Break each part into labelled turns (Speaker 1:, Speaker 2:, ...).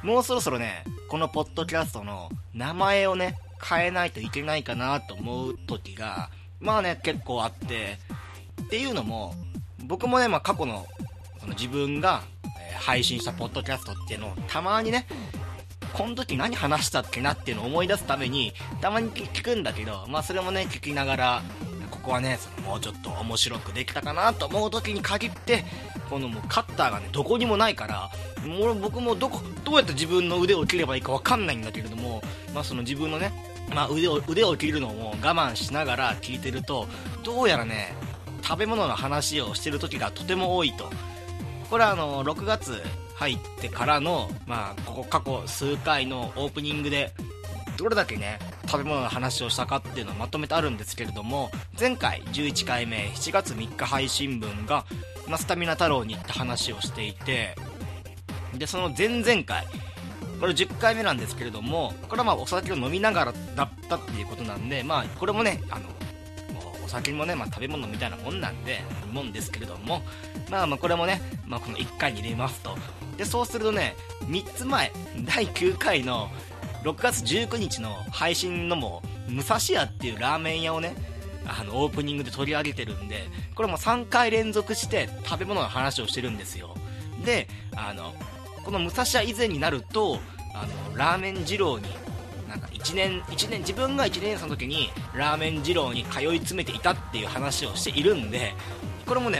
Speaker 1: もうそろそろね、このポッドキャストの名前をね、変えないといけないかなと思う時が、まあね、結構あって、っていうのも、僕もね、まあ過去の、その自分が、配信したポッドキャストっていうのをたまにね、この時何話したっけなっていうのを思い出すために、たまに聞くんだけど、まあそれもね、聞きながら、ここはね、もうちょっと面白くできたかなと思う時に限って、このもうカッターがね、どこにもないから、もう僕もどうやって自分の腕を切ればいいかわかんないんだけれども、まあその自分のね、まあ腕を切るのを我慢しながら聞いてると、どうやらね、食べ物の話をしてる時がとても多いと。これは6月入ってからの、まあここ過去数回のオープニングでどれだけね食べ物の話をしたかっていうのをまとめてあるんですけれども、前回11回目7月3日配信分が、まあ、スタミナ太郎に行った話をしていて、でその前々回、これ10回目なんですけれども、これはまあお酒を飲みながらだったっていうことなんで、まあこれもねお酒もね、まあ、食べ物みたいなもんなんでもんですけれども、まあこれもね、まあ、この1回に入れますと。でそうするとね、3つ前第9回の6月19日の配信のも武蔵屋っていうラーメン屋をね、オープニングで取り上げてるんで、これも3回連続して食べ物の話をしてるんですよ。でこの武蔵屋以前になるとラーメン二郎になんか1年自分が1年生の時にラーメン二郎に通い詰めていたっていう話をしているんで、これもね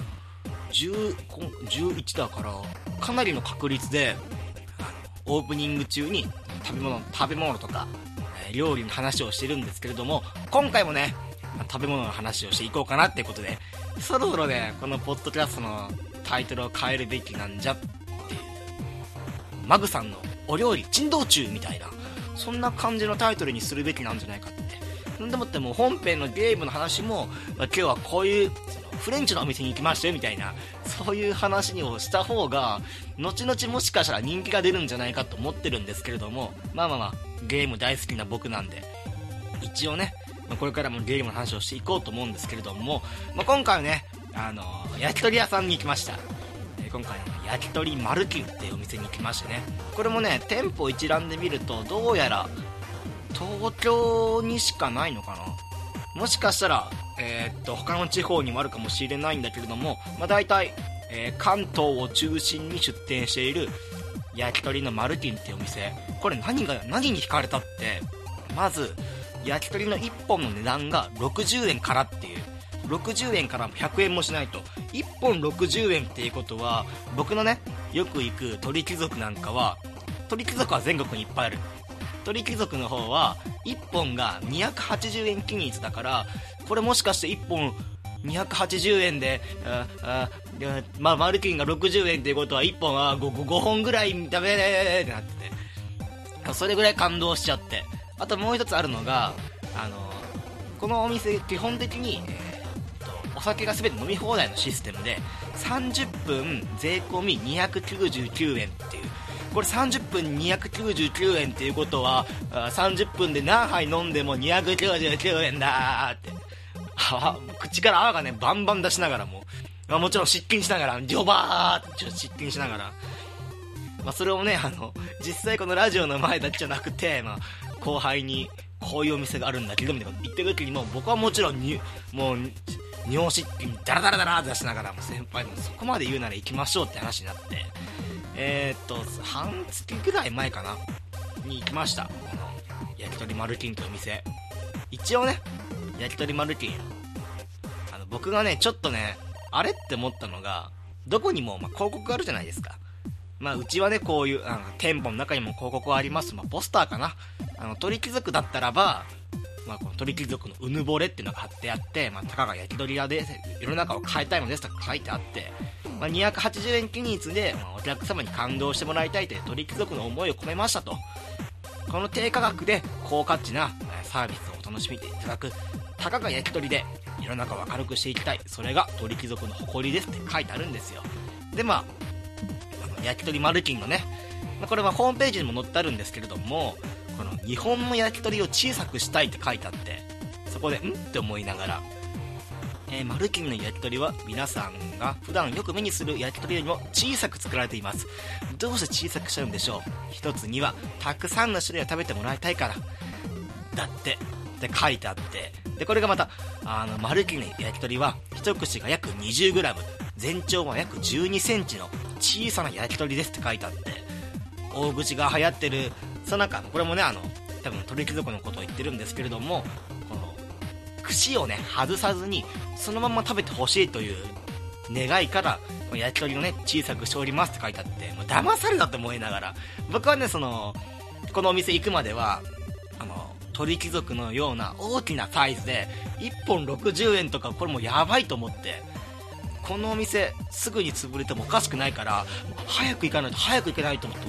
Speaker 1: 11だからかなりの確率でオープニング中に食べ物とか料理の話をしてるんですけれども、今回もね食べ物の話をしていこうかなってことで、そろそろねこのポッドキャストのタイトルを変えるべきなんじゃっていう、マグさんのお料理珍道中みたいな、そんな感じのタイトルにするべきなんじゃないかって。でもっても本編のゲームの話も、今日はこういうフレンチのお店に行きましたよみたいな、そういう話をした方が後々もしかしたら人気が出るんじゃないかと思ってるんですけれども、まあゲーム大好きな僕なんで一応ね、これからもゲームの話をしていこうと思うんですけれども、今回はね焼き鳥屋さんに行きました。今回の焼き鳥マルキューっていうお店に行きましてね、これもね店舗一覧で見るとどうやら東京にしかないのかな、もしかしたら他の地方にもあるかもしれないんだけれども、大体、関東を中心に出店している焼き鳥のマルキューっていうお店、これ何に惹かれたって、まず焼き鳥の1本の値段が60円からっていう、60円から100円もしないと1本60円っていうことは、僕のねよく行く鳥貴族なんかは、鳥貴族は全国にいっぱいある。鳥貴族の方は1本が280円均一だから、これもしかして1本280円でマルキューが60円っていうことは1本は 5本ぐらいダメってなってて、それぐらい感動しちゃって。あともう一つあるのがこのお店基本的に、お酒が全て飲み放題のシステムで30分税込み299円っていう、これ30分299円っていうことは30分で何杯飲んでも299円だーって、口から泡がねバンバン出しながらもちろん失禁しながらジョバーって失禁しながら、それをね実際このラジオの前だけじゃなくて、後輩にこういうお店があるんだけどみたいなこと言ってる時にも、僕はもちろんもう尿失禁ダラダラダラって出しながら、先輩もそこまで言うなら行きましょうって話になって、半月ぐらい前かなに行きました。この焼き鳥マルキンというお店。一応ね焼き鳥マルキン、僕がねちょっとねあれって思ったのが、どこにも広告があるじゃないですか。うちはねこういう店舗の中にも広告はあります。ポスターかな、鳥貴族だったらば、この鳥貴族のうぬぼれっていうのが貼ってあって、たかが焼き鳥屋で世の中を変えたいのですとか書いてあって、280円均一で、お客様に感動してもらいたいという鳥貴族の思いを込めましたと。この低価格で高価値なサービスをお楽しみいただくたかが焼き鳥で世の中を明るくしていきたい、それが鳥貴族の誇りですって書いてあるんですよ。で焼き鳥マルキンのね、これはホームページにも載ってあるんですけれども、この日本の焼き鳥を小さくしたいって書いてあって、そこでって思いながら、 マルキンの焼き鳥は皆さんが普段よく目にする焼き鳥よりも小さく作られています。どうして小さくしちゃうんでしょう。一つにはたくさんの種類を食べてもらいたいからだって書いてあって、でこれがまたマルキンの焼き鳥は一口が約 20g、 全長は約12センチの小さな焼き鳥ですって書いてあって、大口が流行ってるその中、これもね多分鳥貴族のことを言ってるんですけれども、この串をね外さずにそのまま食べてほしいという願いから焼き鳥をね小さくしておりますって書いてあって、もう騙されたと思いながら、僕はねこのお店行くまでは鳥貴族のような大きなサイズで1本60円とか、これもうやばいと思って、このお店すぐに潰れてもおかしくないから早く行かないと思って、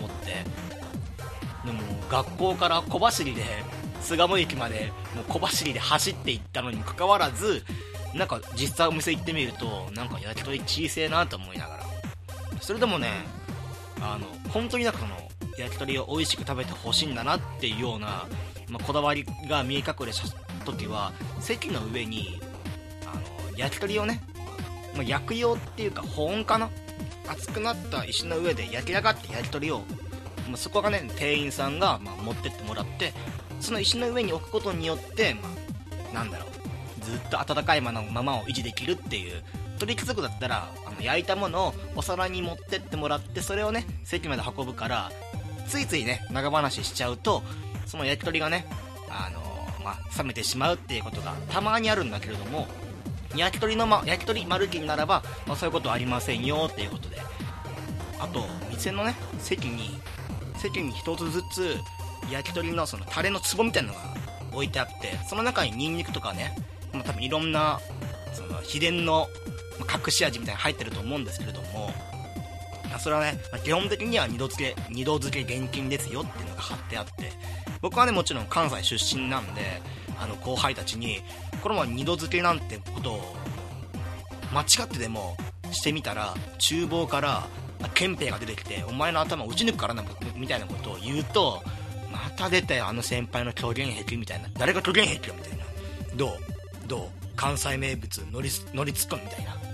Speaker 1: でも学校から小走りで巣鴨駅までもう小走りで走って行ったのにもかかわらず、なんか実際お店行ってみるとなんか焼き鳥小せえなと思いながら、それでもね本当になんか焼き鳥を美味しく食べてほしいんだなっていうような、こだわりが見え隠れした時は、席の上に焼き鳥をね、焼く用っていうか保温かな、熱くなった石の上で焼き上がった焼き鳥を、そこがね店員さんが持ってってもらって、その石の上に置くことによって、ずっと温かいままを維持できるっていう。鳥貴族だったら焼いたものをお皿に持ってってもらって、それをね席まで運ぶから、ついついね長話しちゃうとその焼き鳥がね冷めてしまうっていうことがたまにあるんだけれども、焼き鳥マルキンならば、そういうことはありませんよっていうことで、あと店のね席に一つずつ焼き鳥のそのタレの壺みたいなのが置いてあって、その中にニンニクとかね、多分いろんなその秘伝の隠し味みたいなの入ってると思うんですけれども、それはね基本的には二度漬け厳禁ですよっていうのが貼ってあって、僕はねもちろん関西出身なんで後輩たちにこれも二度漬けなんてことを間違ってでもしてみたら厨房から憲兵が出てきてお前の頭を打ち抜くからなみたいなことを言うと、また出たよ先輩の虚言癖みたいな、誰が虚言癖よみたいな、どう関西名物乗りツッコミみたいな、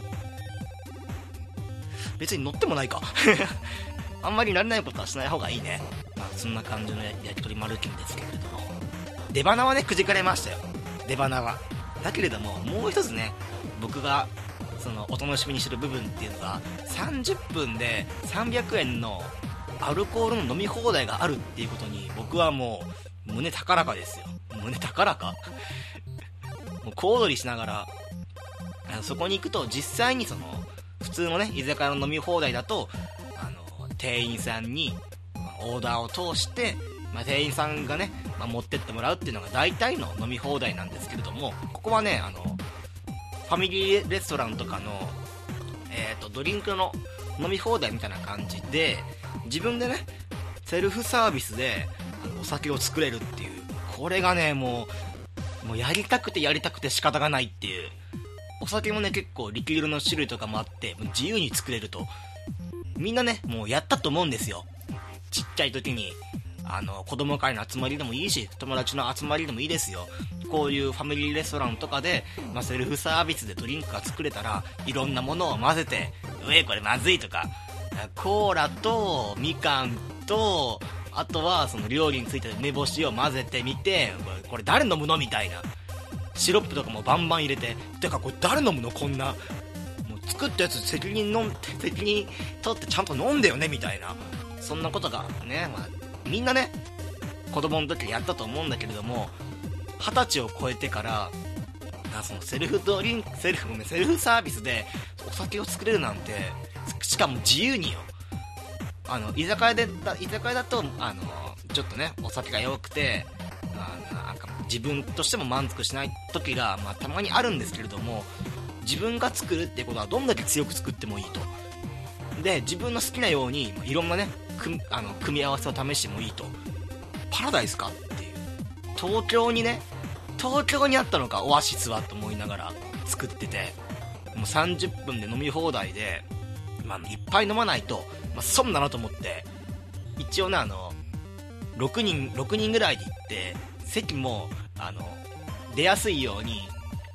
Speaker 1: 別に乗ってもないかあんまり慣れないことはしない方がいいね。そんな感じの焼き鳥マルキンですけれども、出花はねくじかれましたよ、出花は。だけれどももう一つね、僕がお楽しみにしてる部分っていうのが、30分で300円のアルコールの飲み放題があるっていうことに僕はもう胸高らかですよ。胸高らかもう小躍りしながらそこに行くと、実際に普通のね居酒屋の飲み放題だと店員さんにオーダーを通して、店員さんがね、持ってってもらうっていうのが大体の飲み放題なんですけれども、ここはねファミリーレストランとかのドリンクの飲み放題みたいな感じで、自分でねセルフサービスでお酒を作れるっていう、これがねもうやりたくて仕方がないっていう。お酒もね結構リキュールの種類とかもあって、もう自由に作れると、みんなねもうやったと思うんですよ。ちっちゃい時に子供会の集まりでもいいし、友達の集まりでもいいですよ。こういうファミリーレストランとかで、セルフサービスでドリンクが作れたら、いろんなものを混ぜて、これまずいとか、コーラとみかんと、あとはその料理について梅干しを混ぜてみて、これ誰飲むのみたいな。シロップとかもバンバン入れて、てかこれ誰飲むのこんな、もう作ったやつ責任取ってちゃんと飲んでよねみたいな、そんなことがね、みんなね子供の時やったと思うんだけれども、20歳を超えてからそのセルフサービスでお酒を作れるなんて、しかも自由によ。居酒屋だとちょっとねお酒が弱くてなんか自分としても満足しない時が、たまにあるんですけれども、自分が作るっていうことはどんだけ強く作ってもいいと。で自分の好きなようにいろんなね組み合わせを試してもいいと。パラダイスかっていう。東京にあったのかオアシスはと思いながら作ってて、もう30分で飲み放題で、いっぱい飲まないと、損だなと思って、一応ね6人ぐらいで行って、席も出やすいように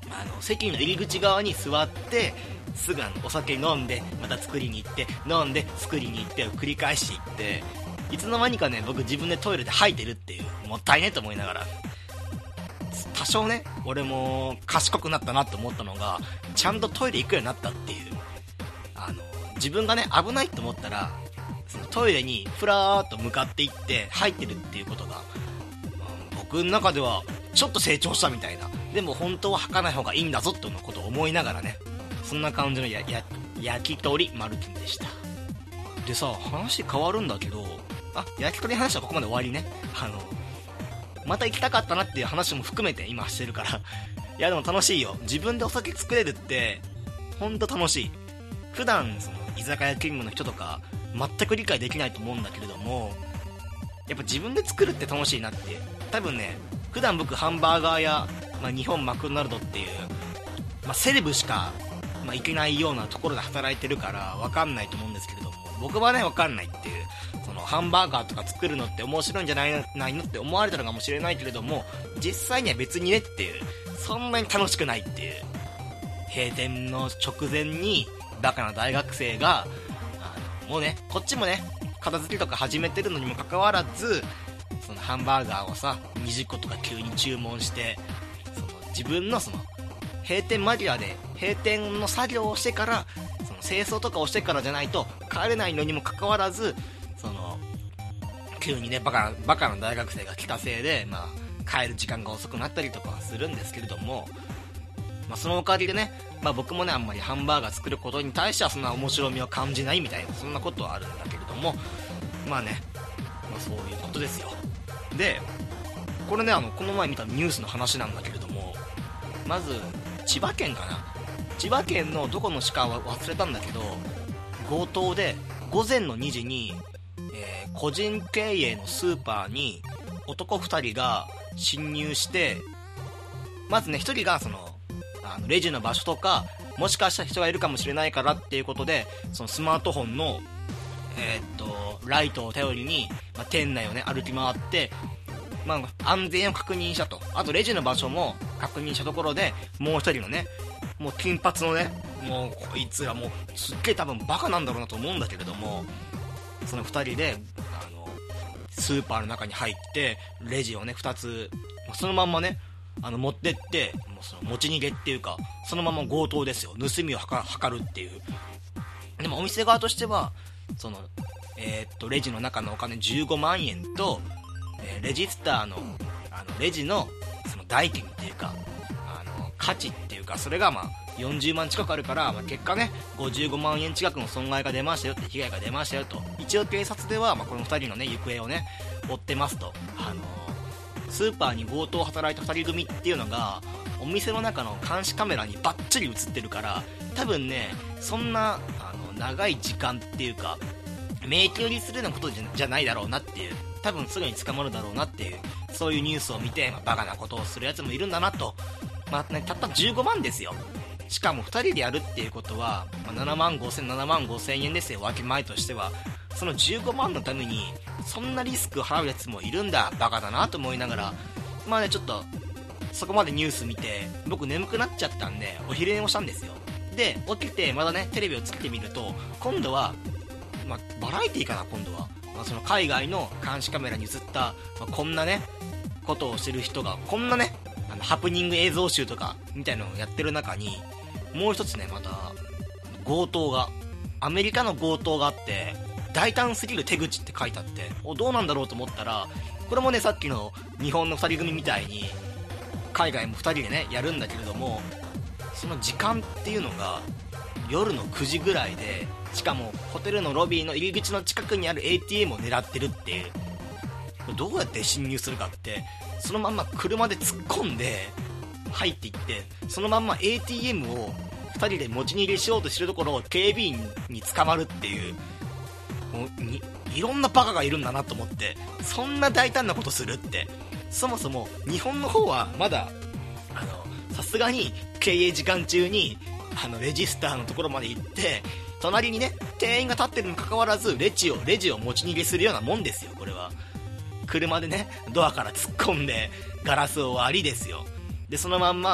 Speaker 1: 席の入り口側に座ってすぐお酒飲んでまた作りに行って飲んで作りに行ってを繰り返していって、いつの間にかね僕自分でトイレで吐いてるっていう、もったいねと思いながら、多少ね俺も賢くなったなと思ったのが、ちゃんとトイレ行くようになったっていう。自分がね危ないと思ったらそのトイレにふらーっと向かっていって吐いてるっていうことが、僕の中ではちょっと成長したみたいな、でも本当は吐かない方がいいんだぞっていうことを思いながらね、そんな感じの焼き鳥マルティンでした。でさ、話変わるんだけど、焼き鳥の話はここまで終わりね。また行きたかったなっていう話も含めて今してるからいやでも楽しいよ。自分でお酒作れるってほんと楽しい。普段その居酒屋勤務の人とか全く理解できないと思うんだけれども、やっぱ自分で作るって楽しいなって。多分ね、普段僕ハンバーガーや、日本マクドナルドっていう、セレブしか、行けないようなところで働いてるから分かんないと思うんですけれども、僕はね分かんないっていう、そのハンバーガーとか作るのって面白いんじゃないのって思われたのかもしれないけれども、実際には別にねっていう、そんなに楽しくないっていう。閉店の直前にバカな大学生がもうねこっちもね片付けとか始めてるのにもかかわらず、そのハンバーガーをさ20個とか急に注文して、その自分のその閉店間際で閉店の作業をしてから、その清掃とかをしてからじゃないと帰れないのにもかかわらず、その急にねバカな大学生が来たせいで、帰る時間が遅くなったりとかはするんですけれども、そのおかげでね、僕もねあんまりハンバーガー作ることに対してはそんな面白みを感じないみたいな、そんなことはあるんだけれども、そういうことですよ。でこれねこの前見たニュースの話なんだけれども、まず千葉県かな、千葉県のどこの市かは忘れたんだけど、強盗で午前の2時に、個人経営のスーパーに男2人が侵入して、まずね1人がそのレジの場所とかもしかしたら人がいるかもしれないからっていうことで、そのスマートフォンのライトを頼りに、店内をね歩き回って、安全を確認したと。あとレジの場所も確認したところで、もう一人のねもう金髪のね、もうこいつらもうすっげえ多分バカなんだろうなと思うんだけれども、その二人でスーパーの中に入ってレジをね2つそのまんまね持ってって、もうその持ち逃げっていうかそのまま強盗ですよ。盗みを図るっていう。でもお店側としてはそのレジの中のお金15万円と、レジスターのレジのその代金っていうか価値っていうか、それが40万近くあるから、結果ね55万円近くの損害が出ましたよって、被害が出ましたよと。一応警察では、この2人のね行方をね追ってますと。スーパーに強盗を働いた2人組っていうのがお店の中の監視カメラにバッチリ映ってるから、多分ねそんな長い時間っていうか迷宮入りするようなことじゃないだろうなっていう、多分すぐに捕まるだろうなっていう、そういうニュースを見て、バカなことをするやつもいるんだなと。たった15万ですよ。しかも2人でやるっていうことは、7万5千円ですよ、分け前としては。その15万のためにそんなリスクを払うやつもいるんだ、バカだなと思いながら、ちょっとそこまでニュース見て僕眠くなっちゃったんでお昼寝をしたんですよ。で起きてまだねテレビをつけてみると、今度は、バラエティーかな、今度は、その海外の監視カメラに映った、こんなねことをしてる人が、こんなねハプニング映像集とかみたいなのをやってる中に、もう一つねまた強盗が、アメリカの強盗があって、大胆すぎる手口って書いてあって、どうなんだろうと思ったら、これもねさっきの日本の2人組みたいに海外も2人でねやるんだけれども、その時間っていうのが夜の9時ぐらいで、しかもホテルのロビーの入り口の近くにある ATM を狙ってるっていう。どうやって侵入するかって、そのまんま車で突っ込んで入っていって、そのまんま ATM を2人で持ち逃げしようとしてるところを警備員に捕まるっていう、もういろんなバカがいるんだなと思って、そんな大胆なことするって。そもそも日本の方はまださすがに経営時間中にレジスターのところまで行って、隣にね店員が立ってるにもかかわらずレジを持ち逃げするようなもんですよ。これは車でねドアから突っ込んでガラスを割りですよ。でそのまんま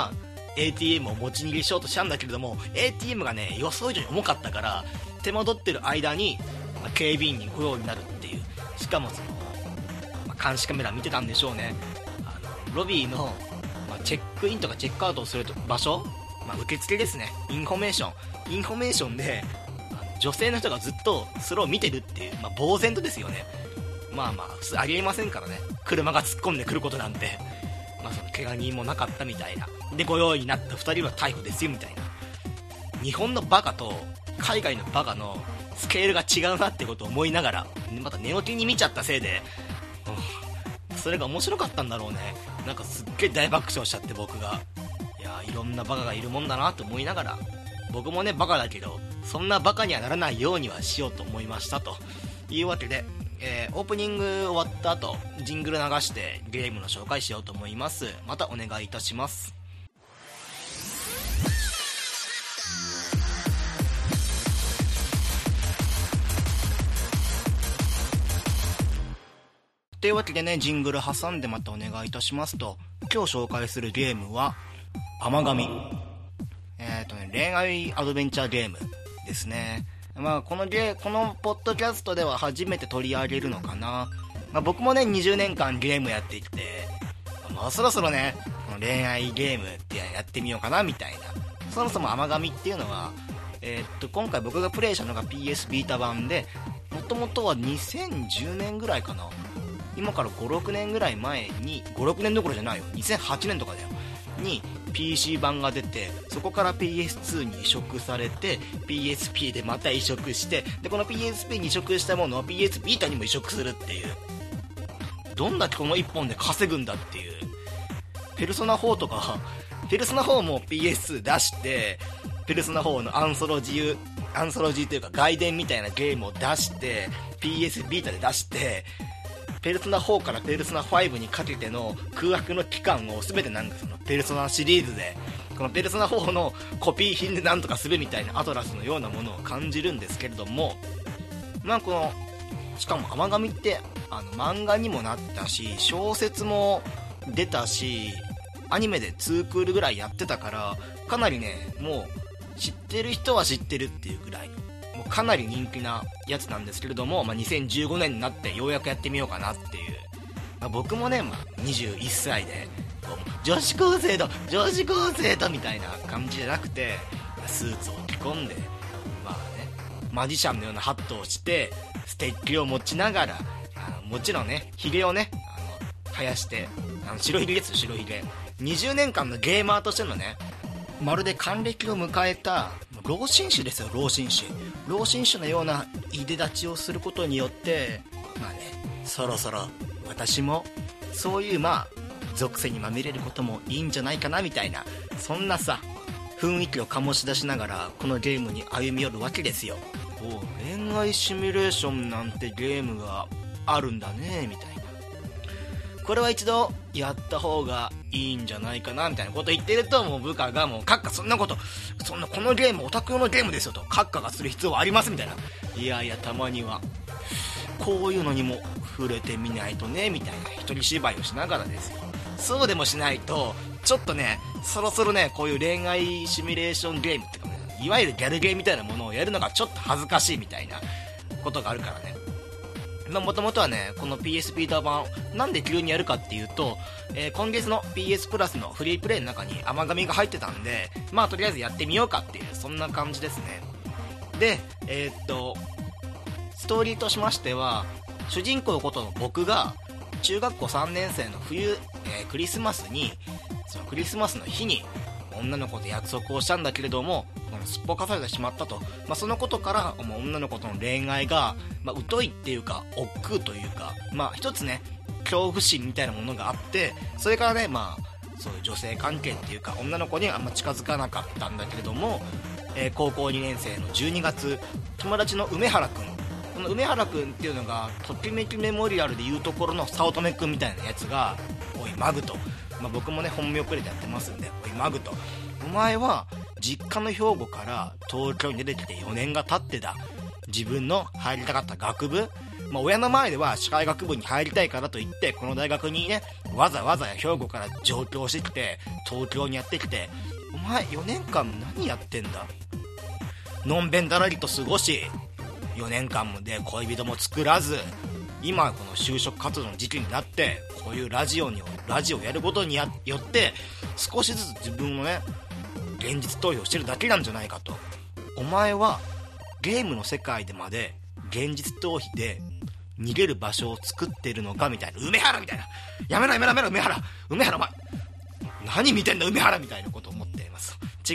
Speaker 1: ATM を持ち逃げしようとしたんだけれども、 ATM がね予想以上に重かったから手間取ってる間に、警備員に来ようになるっていう。しかもその、監視カメラ見てたんでしょうね。ロビーの、チェックインとかチェックアウトをする場所、受付ですね。インフォメーションで女性の人がずっとそれを見てるっていう、呆然とですよね。普通ありえませんからね、車が突っ込んでくることなんて。その怪我人もなかったみたいな。でご用意になった2人は逮捕ですよみたいな。日本のバカと海外のバカのスケールが違うなってことを思いながら、また寝起きに見ちゃったせいで、それが面白かったんだろうね。なんかすっげえ大爆笑しちゃって、僕が。いろんなバカがいるもんだなと思いながら、僕もねバカだけどそんなバカにはならないようにはしようと思いましたというわけで、オープニング終わった後ジングル流してゲームの紹介しようと思います。またお願いいたします。というわけでね、ジングル挟んでまたお願いいたしますと、今日紹介するゲームは甘神。恋愛アドベンチャーゲームですね。このポッドキャストでは初めて取り上げるのかな。僕もね20年間ゲームやってきて、そろそろねこの恋愛ゲームってやってみようかなみたいな。そもそも甘神っていうのは、今回僕がプレイしたのが PS ビータ版で、もともとは2010年ぐらいかな、今から 5,6 年ぐらい前に、5,6 年どころじゃないよ、2008年とかだよに PC 版が出て、そこから PS2 に移植されて PSP でまた移植して、でこの PSP に移植したものを PS ビータにも移植するっていう、どんだけこの1本で稼ぐんだっていう。ペルソナ4とか、ペルソナ4も PS2 出して、ペルソナ4のアンソロジーというか外伝みたいなゲームを出して PS ビータで出して、ペルソナ4からペルソナ5にかけての空白の期間を全てなんかそのペルソナシリーズで、このペルソナ4のコピー品でなんとかするみたいなアトラスのようなものを感じるんですけれども、しかも甘神って漫画にもなったし、小説も出たし、アニメで2クールぐらいやってたから、かなりねもう知ってる人は知ってるっていうぐらい、もうかなり人気なやつなんですけれども、2015年になってようやくやってみようかなっていう。僕もね、21歳で女子高生とみたいな感じじゃなくて、スーツを着込んで、マジシャンのようなハットをして、ステッキを持ちながら、もちろんねヒゲをね生やして、白ひげですよ、白ひげ。20年間のゲーマーとしてのね、まるで還暦を迎えた老紳士ですよ、老紳士のようないで立ちをすることによって、そろそろ私もそういう属性にまみれることもいいんじゃないかなみたいな、そんな雰囲気を醸し出しながらこのゲームに歩み寄るわけですよ。恋愛シミュレーションなんてゲームがあるんだねみたいな、これは一度やった方がいいんじゃないかなみたいなこと言ってると、もう部下がもう閣下このゲームオタク用のゲームですよと、閣下がする必要はありますみたいな。いやたまにはこういうのにも触れてみないとねみたいな一人芝居をしながらですよ。そうでもしないとちょっとね、そろそろねこういう恋愛シミュレーションゲームっていうかね、いわゆるギャルゲーみたいなものをやるのがちょっと恥ずかしいみたいなことがあるからね。もともとはねこの PS ビータ版なんで急にやるかっていうと、今月の PS プラスのフリープレイの中に甘神が入ってたんで、とりあえずやってみようかっていう、そんな感じですね。でストーリーとしましては、主人公ことの僕が中学校3年生の冬、クリスマスに、そのクリスマスの日に女の子と約束をしたんだけれども、すっぽかされてしまったと。そのことから女の子との恋愛が、疎いっていうか億劫というか、一つね恐怖心みたいなものがあって、それからねそういう女性関係っていうか女の子にはあんま近づかなかったんだけれども、高校2年生の12月、友達の梅原くん、この梅原くんっていうのがときめきメモリアルでいうところの早乙女くんみたいなやつが、おいマグと、僕もね本名プレイでやってますんで、おいマグと、お前は実家の兵庫から東京に出てきて4年が経ってだ、自分の入りたかった学部、親の前では社会学部に入りたいからといってこの大学にねわざわざ兵庫から上京してきて東京にやってきてお前4年間何やってんだ。のんべんだらりと過ごし、4年間もで恋人も作らず、今この就職活動の時期になってこういうラジオやることによって少しずつ自分のね現実逃避をしてるだけなんじゃないかと。お前はゲームの世界でまで現実逃避で逃げる場所を作ってるのかみたいな。梅原みたいな。やめろ梅原お前何見てんだ梅原みたいなことを思っています。違う。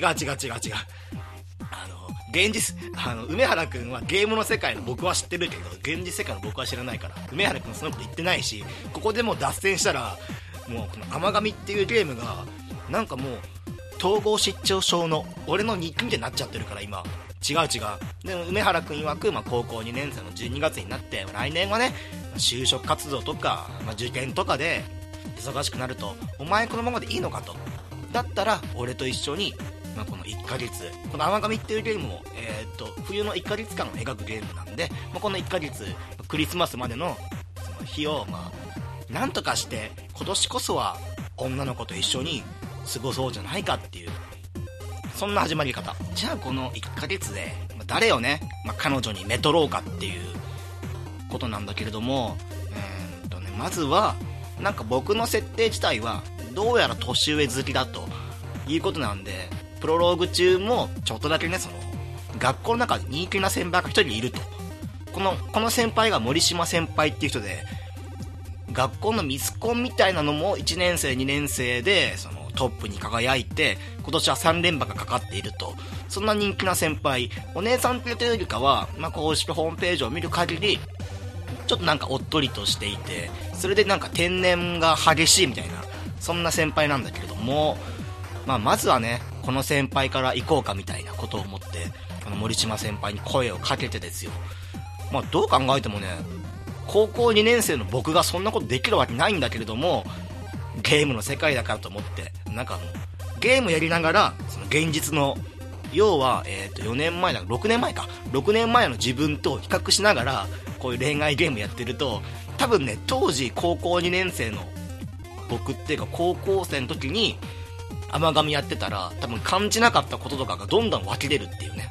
Speaker 1: 現実梅原くんはゲームの世界の僕は知ってるけど現実世界の僕は知らないから、梅原くんそのこと言ってないし、ここでもう脱線したらもうこの甘神っていうゲームがなんかもう統合失調症の俺の日記みたいになっちゃってるから今。違う。でも梅原くん曰く、高校2年生の12月になって来年はね就職活動とか、受験とかで忙しくなると、お前このままでいいのかと。だったら俺と一緒に、この1ヶ月この甘神っていうゲームを、冬の1ヶ月間を描くゲームなんで、この1ヶ月クリスマスまでのその日をなんとかして今年こそは女の子と一緒に過ごそうじゃないかっていう、そんな始まり方。じゃあこの1ヶ月で誰をね、彼女にめとろうかっていうことなんだけれども、まずはなんか僕の設定自体はどうやら年上好きだということなんで、プロローグ中もちょっとだけねその学校の中で人気な先輩が一人いると。この先輩が森島先輩っていう人で、学校のミスコンみたいなのも1年生2年生でそのトップに輝いて、今年は3連覇がかかっていると。そんな人気な先輩、お姉さんっていうよりかは、公式ホームページを見る限りちょっとなんかおっとりとしていて、それでなんか天然が激しいみたいな、そんな先輩なんだけれども、まずはねこの先輩から行こうかみたいなことを思って、この森島先輩に声をかけてですよ。どう考えてもね高校2年生の僕がそんなことできるわけないんだけれども、ゲームの世界だからと思って、なんかゲームやりながらその現実の要は、4年前だ6年前か6年前の自分と比較しながらこういう恋愛ゲームやってると、多分ね当時高校2年生の僕っていうか高校生の時に甘神やってたら多分感じなかったこととかがどんどん湧き出るっていうね。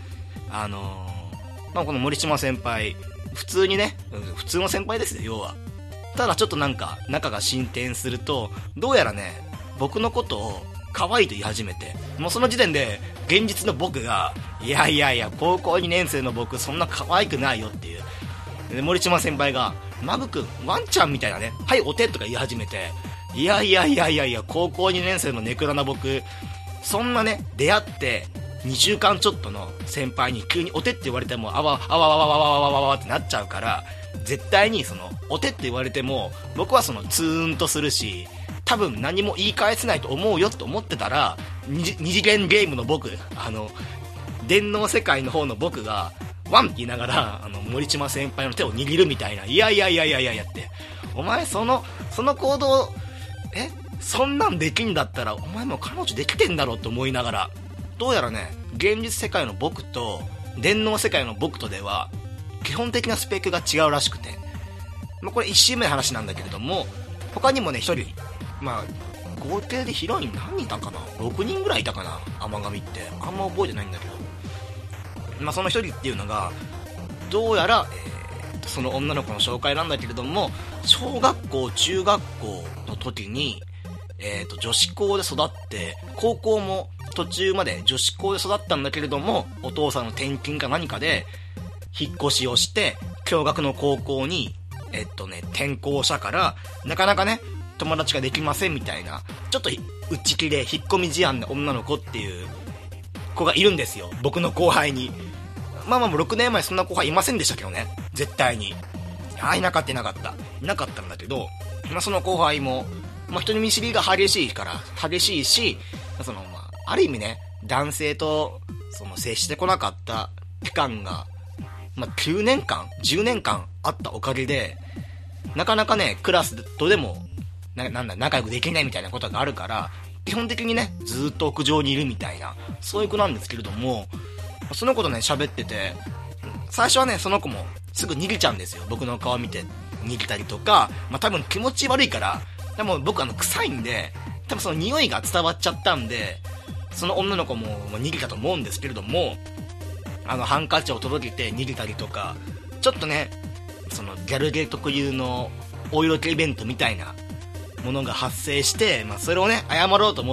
Speaker 1: この森島先輩普通にね普通の先輩ですよ要は。ただちょっとなんか仲が進展すると、どうやらね僕のことを可愛いと言い始めて、もうその時点で現実の僕がいや高校2年生の僕そんな可愛くないよっていう。で森島先輩がマグ君ワンちゃんみたいなね、はいお手とか言い始めて、いや高校2年生のネクラな僕そんなね出会って2週間ちょっとの先輩に急にお手って言われてもあわってなっちゃうから、絶対にそのお手って言われても僕はそのツーンとするし、多分何も言い返せないと思うよと思ってたら、二次元ゲームの僕電脳世界の方の僕がワンって言いながら森島先輩の手を握るみたいな、いやってお前その行動そんなんできんだったらお前も彼女できてんだろうと思いながら、どうやらね現実世界の僕と電脳世界の僕とでは基本的なスペックが違うらしくて、これ1周目の話なんだけれども、他にもね1人合計でヒロイン何人いたかな、6人ぐらいいたかな甘神って。あんま覚えてないんだけど、その1人っていうのがどうやら、その女の子の紹介なんだけれども、小学校中学校の時に、女子校で育って、高校も途中まで女子校で育ったんだけれども、お父さんの転勤か何かで引っ越しをして共学の高校に転校したから、なかなかね友達ができませんみたいな、ちょっと内気で引っ込み思案な女の子っていう子がいるんですよ、僕の後輩に。もう6年前そんな後輩いませんでしたけどね、絶対に。いなかったんだけど、その後輩も、人見知りが激しいし、ある意味ね男性と接してこなかった期間が、9年間10年間あったおかげで、なかなかねクラスとでも仲良くできないみたいなことがあるから、基本的にねずっと屋上にいるみたいな、そういう子なんですけれども、その子とね喋ってて、最初はねその子もすぐ逃げちゃうんですよ、僕の顔見て逃げたりとか、多分気持ち悪いから、でも僕臭いんで、多分その匂いが伝わっちゃったんで、 その女の子も逃げたと思うんですけれども、ハンカチを届けて逃げたりとか、ちょっとね、そのギャルゲー特有のお色気イベントみたいなものが発生して、それをね、謝ろうと思って、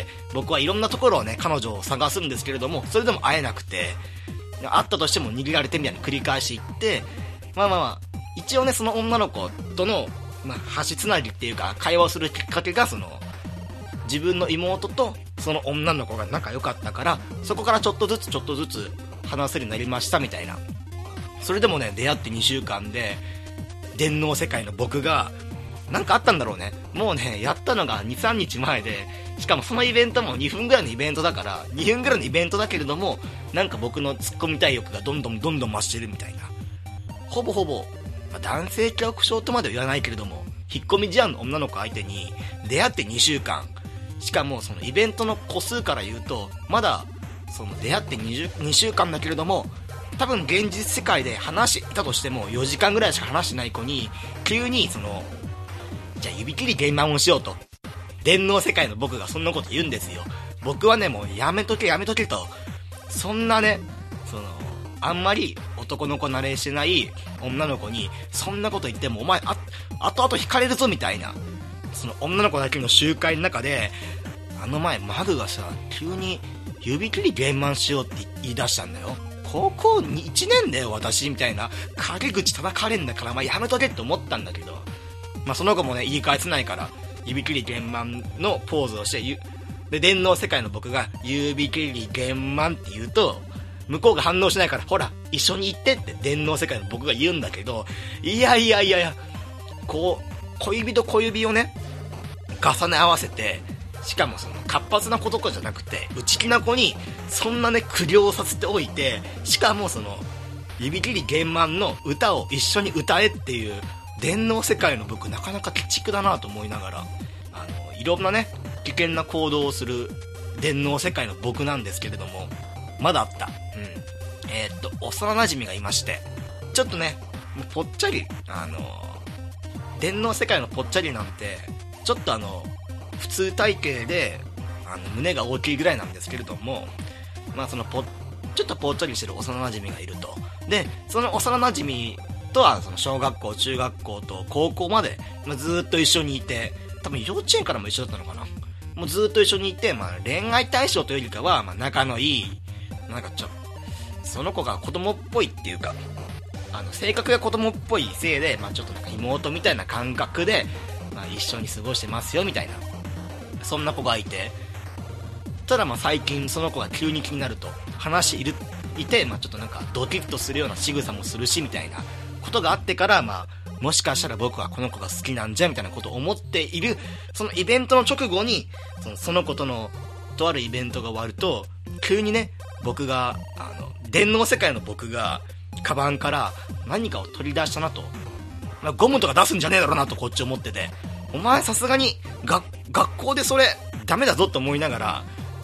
Speaker 1: 僕はいろんなところをね、彼女を探すんですけれども、それでも会えなくて、会ったとしても逃げられてみたいな繰り返し行って、一応ね、その女の子との、橋つなぎっていうか、会話をするきっかけが、自分の妹とその女の子が仲良かったから、そこからちょっとずつ話せるようになりましたみたいな。それでもね、出会って2週間で電脳世界の僕がなんかあったんだろうね。もうね、やったのが 2,3 日前で、しかもそのイベントも2分ぐらいのイベントだから、2分ぐらいのイベントだけれども、なんか僕の突っ込みたい欲がどんどん増してるみたいな。ほぼ、男性恐怖症とまでは言わないけれども、引っ込み思案の女の子相手に出会って2週間、しかもそのイベントの個数から言うと、まだその出会って2週間だけれども、多分現実世界で話していたとしても4時間ぐらいしか話してない子に、急にじゃあ指切りゲーマンをしようと、電脳世界の僕がそんなこと言うんですよ。僕はね、もうやめとけと、そんなね、あんまり男の子慣れしてない女の子にそんなこと言ってもお前後々惹かれるぞみたいな、その女の子だけの集会の中で、前マグがさ、急に指切りゲーマンしようって言い出したんだよ。高校1年だよ私みたいな、陰口叩かれんだから、やめとけって思ったんだけど、その子もね、言い返せないから指切りゲーマンのポーズをして、で電脳世界の僕が指切りゲーマンって言うと、向こうが反応しないから、ほら一緒に行ってって電脳世界の僕が言うんだけど、いやこう小指と小指をね重ね合わせて、しかも活発な子とかじゃなくて内気な子にそんなね苦行させておいて、しかも指切りゲーマンの歌を一緒に歌えっていう電脳世界の僕、なかなか鬼畜だなと思いながら、いろんなね危険な行動をする電脳世界の僕なんですけれども、まだあった。幼馴染がいまして、ちょっとねぽっちゃり、電脳世界のぽっちゃりなんてちょっと普通体型で胸が大きいぐらいなんですけれども、ちょっとぽっちゃりしてる幼馴染がいると。でその幼馴染とは小学校中学校と高校まで、ずっと一緒にいて、多分幼稚園からも一緒だったのかな。もうずっと一緒にいて、恋愛対象というよりかは、仲のいい、その子が子供っぽいっていうか、性格が子供っぽいせいで、ちょっと妹みたいな感覚で、一緒に過ごしてますよみたいな、そんな子がいて、ただ最近その子が急に気になると話いて、ちょっとドキッとするような仕草もするしみたいなことがあってから、もしかしたら僕はこの子が好きなんじゃみたいなことを思っている、そのイベントの直後にその子とのとあるイベントが終わると、急にね、僕が電脳世界の僕がカバンから何かを取り出したなと、ゴムとか出すんじゃねえだろうなとこっち思ってて、お前さすがに学校でそれダメだぞと思いながら、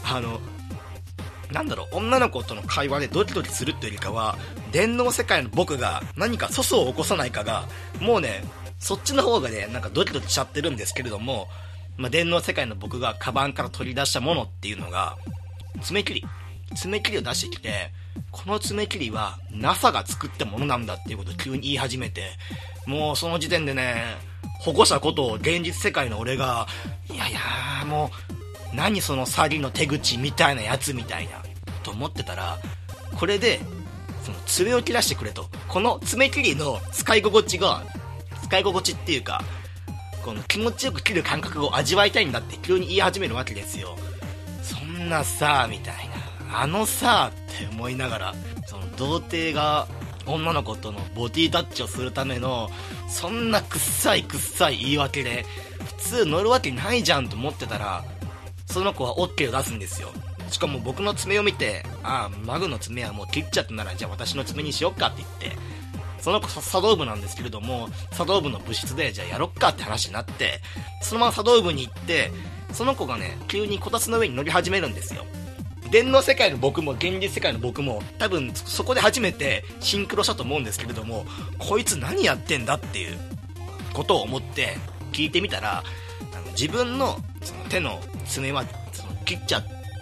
Speaker 1: 女の子との会話でドキドキするっていうよりかは、電脳世界の僕が何か粗相を起こさないかが、もうねそっちの方がねドキドキしちゃってるんですけれども、電脳世界の僕がカバンから取り出したものっていうのが爪切りを出してきて、この爪切りは NASA が作ったものなんだっていうことを急に言い始めて、もうその時点でね、保護者こと現実世界の俺が、もう何その詐欺の手口みたいなやつみたいなと思ってたら、これでその爪を切らしてくれと、この爪切りの使い心地っていうか、この気持ちよく切る感覚を味わいたいんだって急に言い始めるわけですよ。そんなさみたいな、さって思いながら、その童貞が女の子とのボディタッチをするためのそんなくっさい言い訳で普通乗るわけないじゃんと思ってたら、その子は OK を出すんですよ。しかも僕の爪を見て、マグの爪はもう切っちゃったなら、じゃあ私の爪にしよっかって言って、その子茶道部なんですけれども、茶道部の部室でじゃあやろっかって話になって、そのまま茶道部に行って、その子がね急にこたつの上に乗り始めるんですよ。電脳世界の僕も現実世界の僕も多分そこで初めてシンクロしたと思うんですけれども、こいつ何やってんだっていうことを思って聞いてみたら、自分のその手の爪は切っちゃっ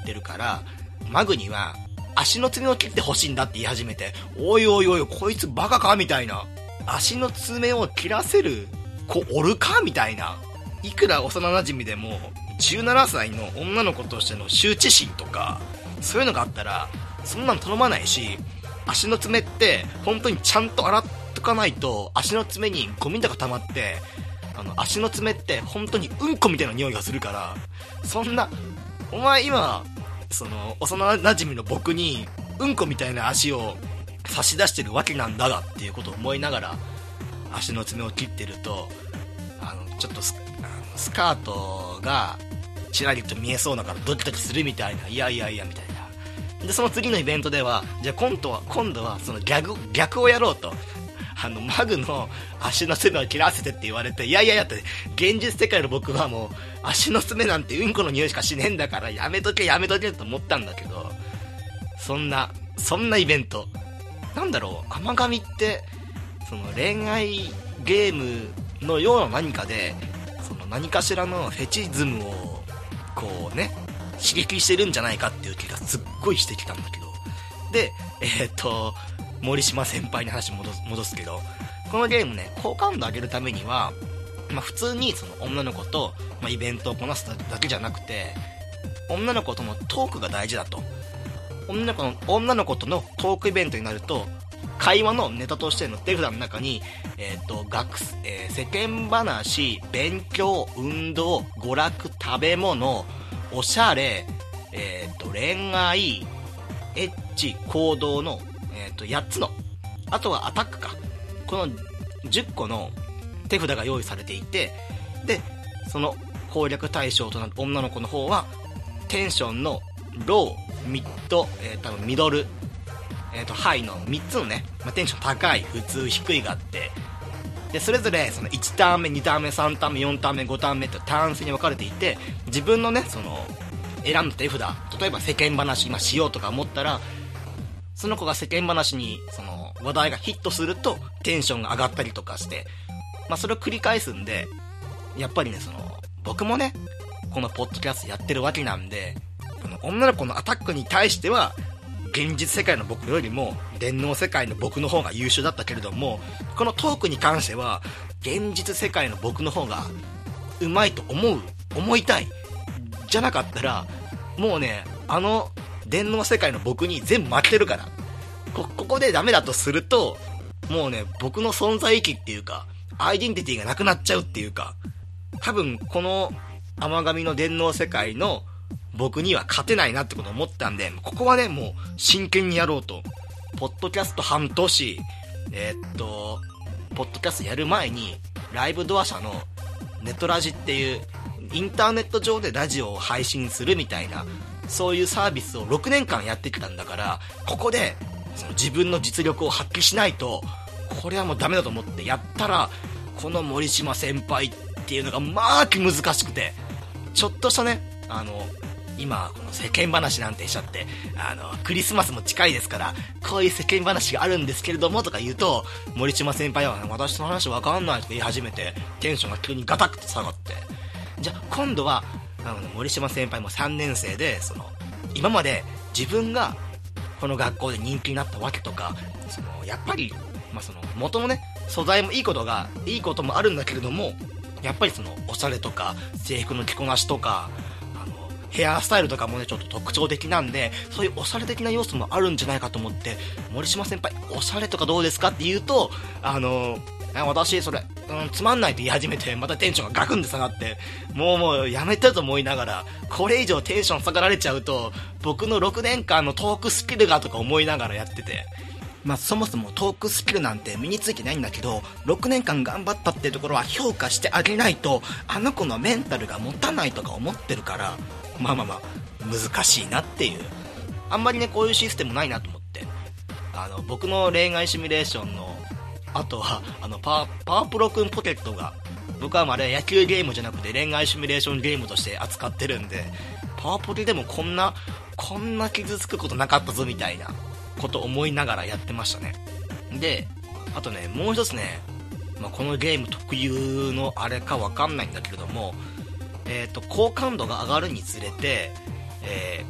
Speaker 1: ってるから、マグには足の爪を切ってほしいんだって言い始めて、おいおいおい、こいつバカかみたいな。足の爪を切らせる子おるかみたいな。いくら幼馴染でも17歳の女の子としての羞恥心とかそういうのがあったらそんなの頼まないし、足の爪って本当にちゃんと洗っとかないと足の爪にゴミとか溜まって、足の爪って本当にうんこみたいな匂いがするから、そんなお前今その幼馴染の僕にうんこみたいな足を差し出してるわけなんだがっていうことを思いながら足の爪を切ってると、ちょっとスカートがちらりと見えそうだからドキドキするみたいな、いやいやいやみたいな。でその次のイベントではじゃあ今度はその逆をやろうと、マグの足の爪を切らせてって言われて、いやいやいやって、現実世界の僕はもう足の爪なんてうんこの匂いしかしねえんだからやめとけと思ったんだけど、そんなイベントなんだろう、甘神ってその恋愛ゲームのような何かで、その何かしらのフェチズムをこうね刺激してるんじゃないかっていう気がすっごいしてきたんだけど、で森島先輩に話戻すけど、このゲームね、好感度上げるためには、普通にその女の子と、イベントをこなすだけじゃなくて、女の子とのトークが大事だと。女の子とのトークイベントになると、会話のネタとしての手札の中に、世間話、勉強、運動、娯楽、食べ物、おしゃれ、恋愛、エッチ、行動の8つの、あとはアタックか、この10個の手札が用意されていて、でその攻略対象となる女の子の方はテンションのロー、ミッド、ミドル、ハイの3つのね、テンション高い、普通、低いがあって、でそれぞれその1ターン目、2ターン目、3ターン目、4ターン目、5ターン目とターン制に分かれていて、自分のねその選んだ手札、例えば世間話今しようとか思ったら、その子が世間話にその話題がヒットするとテンションが上がったりとかして、それを繰り返すんで、やっぱりねその僕もねこのポッドキャストやってるわけなんで、この女の子のアタックに対しては現実世界の僕よりも電脳世界の僕の方が優秀だったけれども、このトークに関しては現実世界の僕の方がうまいと思いたい。じゃなかったらもうね電脳世界の僕に全部負けてるから、ここでダメだとするともうね僕の存在意義っていうかアイデンティティがなくなっちゃうっていうか、多分この甘神の電脳世界の僕には勝てないなってことを思ったんで、ここはねもう真剣にやろうと。ポッドキャスト半年ポッドキャストやる前にライブドア社のネトラジっていうインターネット上でラジオを配信するみたいな、そういうサービスを6年間やってきたんだから、ここでその自分の実力を発揮しないとこれはもうダメだと思ってやったら、この森島先輩っていうのが難しくて、ちょっとしたね今この世間話なんてしちゃってクリスマスも近いですからこういう世間話があるんですけれどもとか言うと、森島先輩は私の話わかんないとか言い始めて、テンションが急にガタッと下がって、じゃあ今度は森島先輩も3年生で、その今まで自分がこの学校で人気になったわけとか、そのやっぱり、その元のね素材もいいこともあるんだけれども、やっぱりそのおしゃれとか制服の着こなしとかヘアスタイルとかもねちょっと特徴的なんで、そういうおしゃれ的な要素もあるんじゃないかと思って、森島先輩おしゃれとかどうですかって言うと私それ、つまんないって言い始めて、またテンションがガクンって下がって、もうやめたと思いながら、これ以上テンション下がられちゃうと僕の6年間のトークスキルがとか思いながらやってて、そもそもトークスキルなんて身についてないんだけど、6年間頑張ったっていうところは評価してあげないとあの子のメンタルが持たないとか思ってるから、難しいなっていう、あんまりねこういうシステムないなと思って、僕の恋愛シミュレーションのあとはパワプロくんポケットが、僕はあれ野球ゲームじゃなくて恋愛シミュレーションゲームとして扱ってるんで、パワポケでもこんな傷つくことなかったぞみたいなこと思いながらやってましたね。であとねもう一つね、このゲーム特有のあれかわかんないんだけれども、好感度が上がるにつれて、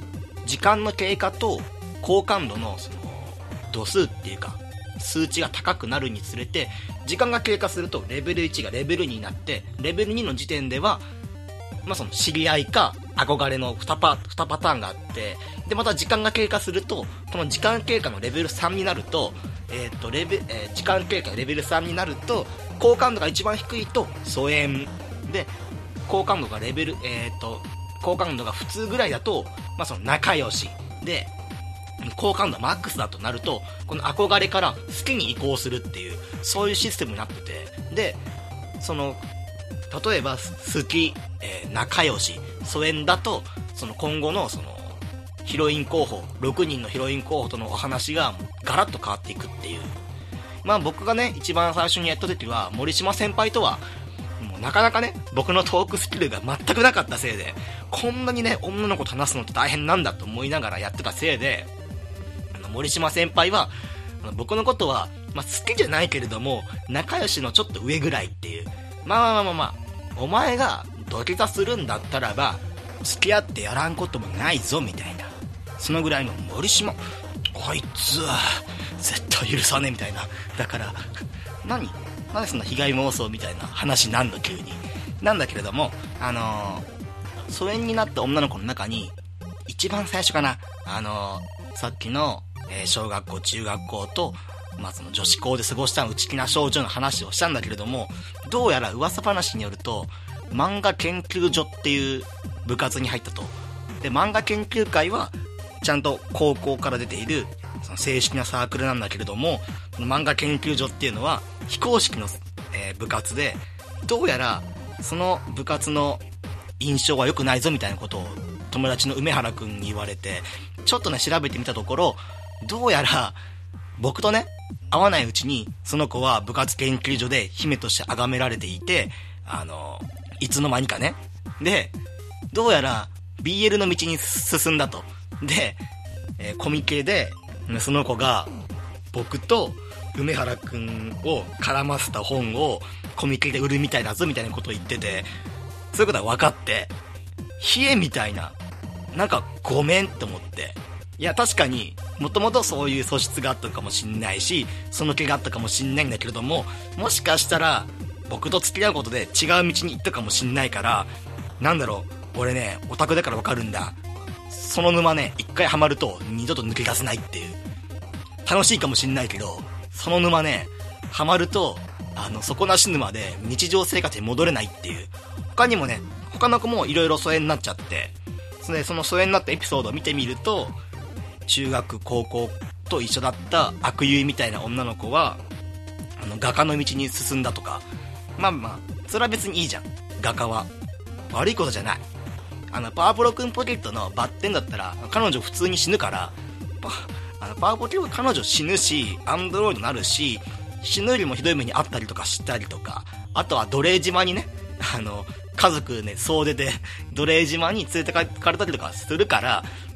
Speaker 1: 時間の経過と好感度のその度数っていうか数値が高くなるにつれて、時間が経過するとレベル1がレベル2になって、レベル2の時点ではその知り合いか憧れの2パターンがあって、でまた時間が経過すると、この時間経過のレベル3になると、時間経過レベル3になると、好感度が一番低いと疎遠で、好感度が好感度が普通ぐらいだと、その仲良しで、好感度マックスだとなると、この憧れから好きに移行するっていう、そういうシステムになってて、でその例えば好き、仲良し、疎遠だと、その今後のそのヒロイン候補6人のヒロイン候補とのお話がガラッと変わっていくっていう。僕がね一番最初にやった時は、森島先輩とはもうなかなかね、僕のトークスキルが全くなかったせいで、こんなにね女の子と話すのって大変なんだと思いながらやってたせいで、森島先輩は僕のことは、好きじゃないけれども仲良しのちょっと上ぐらいっていう、お前が土下座するんだったらば付き合ってやらんこともないぞみたいな、そのぐらいの森島、こいつは絶対許さねえみたいな。だからなんでそんな被害妄想みたいな話なんの急になんだけれども、疎遠になった女の子の中に一番最初かな、さっきの、小学校中学校と、その女子校で過ごした内気な少女の話をしたんだけれども、どうやら噂話によると漫画研究所っていう部活に入ったと。で漫画研究会はちゃんと高校から出ているその正式なサークルなんだけれども、漫画研究所っていうのは非公式の、部活で、どうやらその部活の印象は良くないぞみたいなことを友達の梅原くんに言われて、ちょっとね調べてみたところ、どうやら僕とね会わないうちにその子は部活研究所で姫として崇められていて、いつの間にかね、でどうやら BL の道に進んだと。で、コミケでその子が僕と梅原くんを絡ませた本をコミケで売るみたいだぞみたいなことを言ってて、そういうことが分かって、冷えみたいな、なんかごめんって思って、いや確かにもともとそういう素質があったかもしんないし、その気があったかもしんないんだけれども、もしかしたら僕と付き合うことで違う道に行ったかもしんないから、俺ねオタクだから分かるんだ、その沼ね一回ハマると二度と抜け出せないっていう。楽しいかもしんないけど、その沼ねハマると底なし沼で日常生活に戻れないっていう。他にもね、他の子もいろいろ疎遠になっちゃって、その疎遠になったエピソードを見てみると、中学高校と一緒だった悪友みたいな女の子は画家の道に進んだとか、それは別にいいじゃん。画家は悪いことじゃない。パワープロくんポケットのバッテンだったら彼女普通に死ぬから、パワーポケット彼女死ぬし、アンドロイドになるし、死ぬよりもひどい目にあったりとかしたりとか、あとは奴隷島にね、家族ね総出で奴隷島に連れてかれたりとかするから、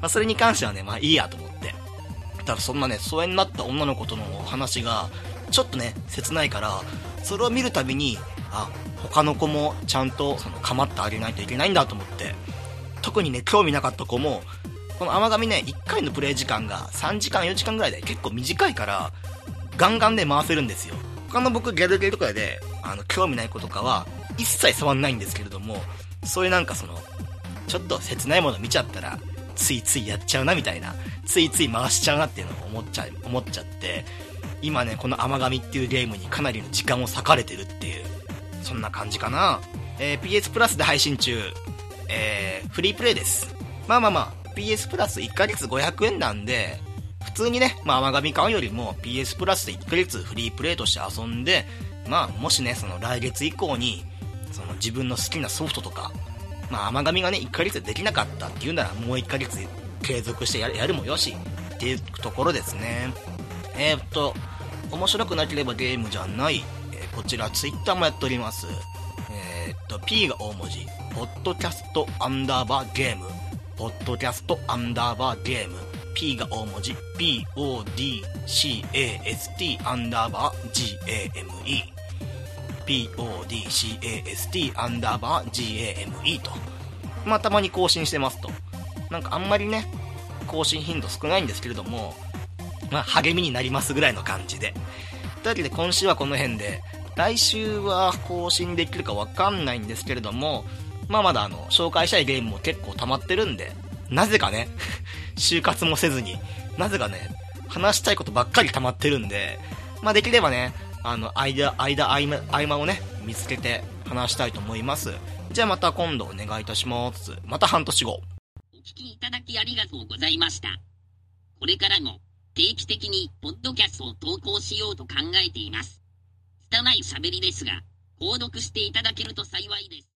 Speaker 1: それに関してはねいいやと思って。ただそんなね疎遠になった女の子との話がちょっとね切ないから、それを見るたびに他の子もちゃんと構ってあげないといけないんだと思って、特にね興味なかった子も、この甘神ね1回のプレイ時間が3時間4時間ぐらいで結構短いから、ガンガンで回せるんですよ。他の僕ギャルゲーとかで興味ない子とかは一切触んないんですけれども、そういうちょっと切ないもの見ちゃったらついついやっちゃうなみたいな、ついつい回しちゃうなっていうのを思っちゃって、今ねこの甘神っていうゲームにかなりの時間を割かれてるっていう、そんな感じかな。PS プラスで配信中、フリープレイです。PS プラス1ヶ月500円なんで、普通にね甘神買うよりも PS プラスで1ヶ月フリープレイとして遊んで、もしね来月以降に自分の好きなソフトとか、甘神がね1ヶ月でできなかったっていうなら、もう1ヶ月継続してやるもよしっていうところですね。面白くなければゲームじゃない、こちらツイッターもやっております。P が大文字、ポッドキャストアンダーバーゲーム、ポッドキャストアンダーバーゲーム、 P が大文字 PODCAST アンダーバー GAME、 PODCAST アンダーバー GAME と、たまに更新してますと。あんまりね更新頻度少ないんですけれども、励みになりますぐらいの感じで。というわけで今週はこの辺で、来週は更新できるかわかんないんですけれども、まだ紹介したいゲームも結構溜まってるんで、なぜかね、就活もせずに、なぜかね、話したいことばっかり溜まってるんで、できればね、合間をね、見つけて話したいと思います。じゃあまた今度お願いいたします。また半年後。
Speaker 2: お聞きいただきありがとうございました。これからも定期的にポッドキャストを投稿しようと考えています。拙い喋りですが、購読していただけると幸いです。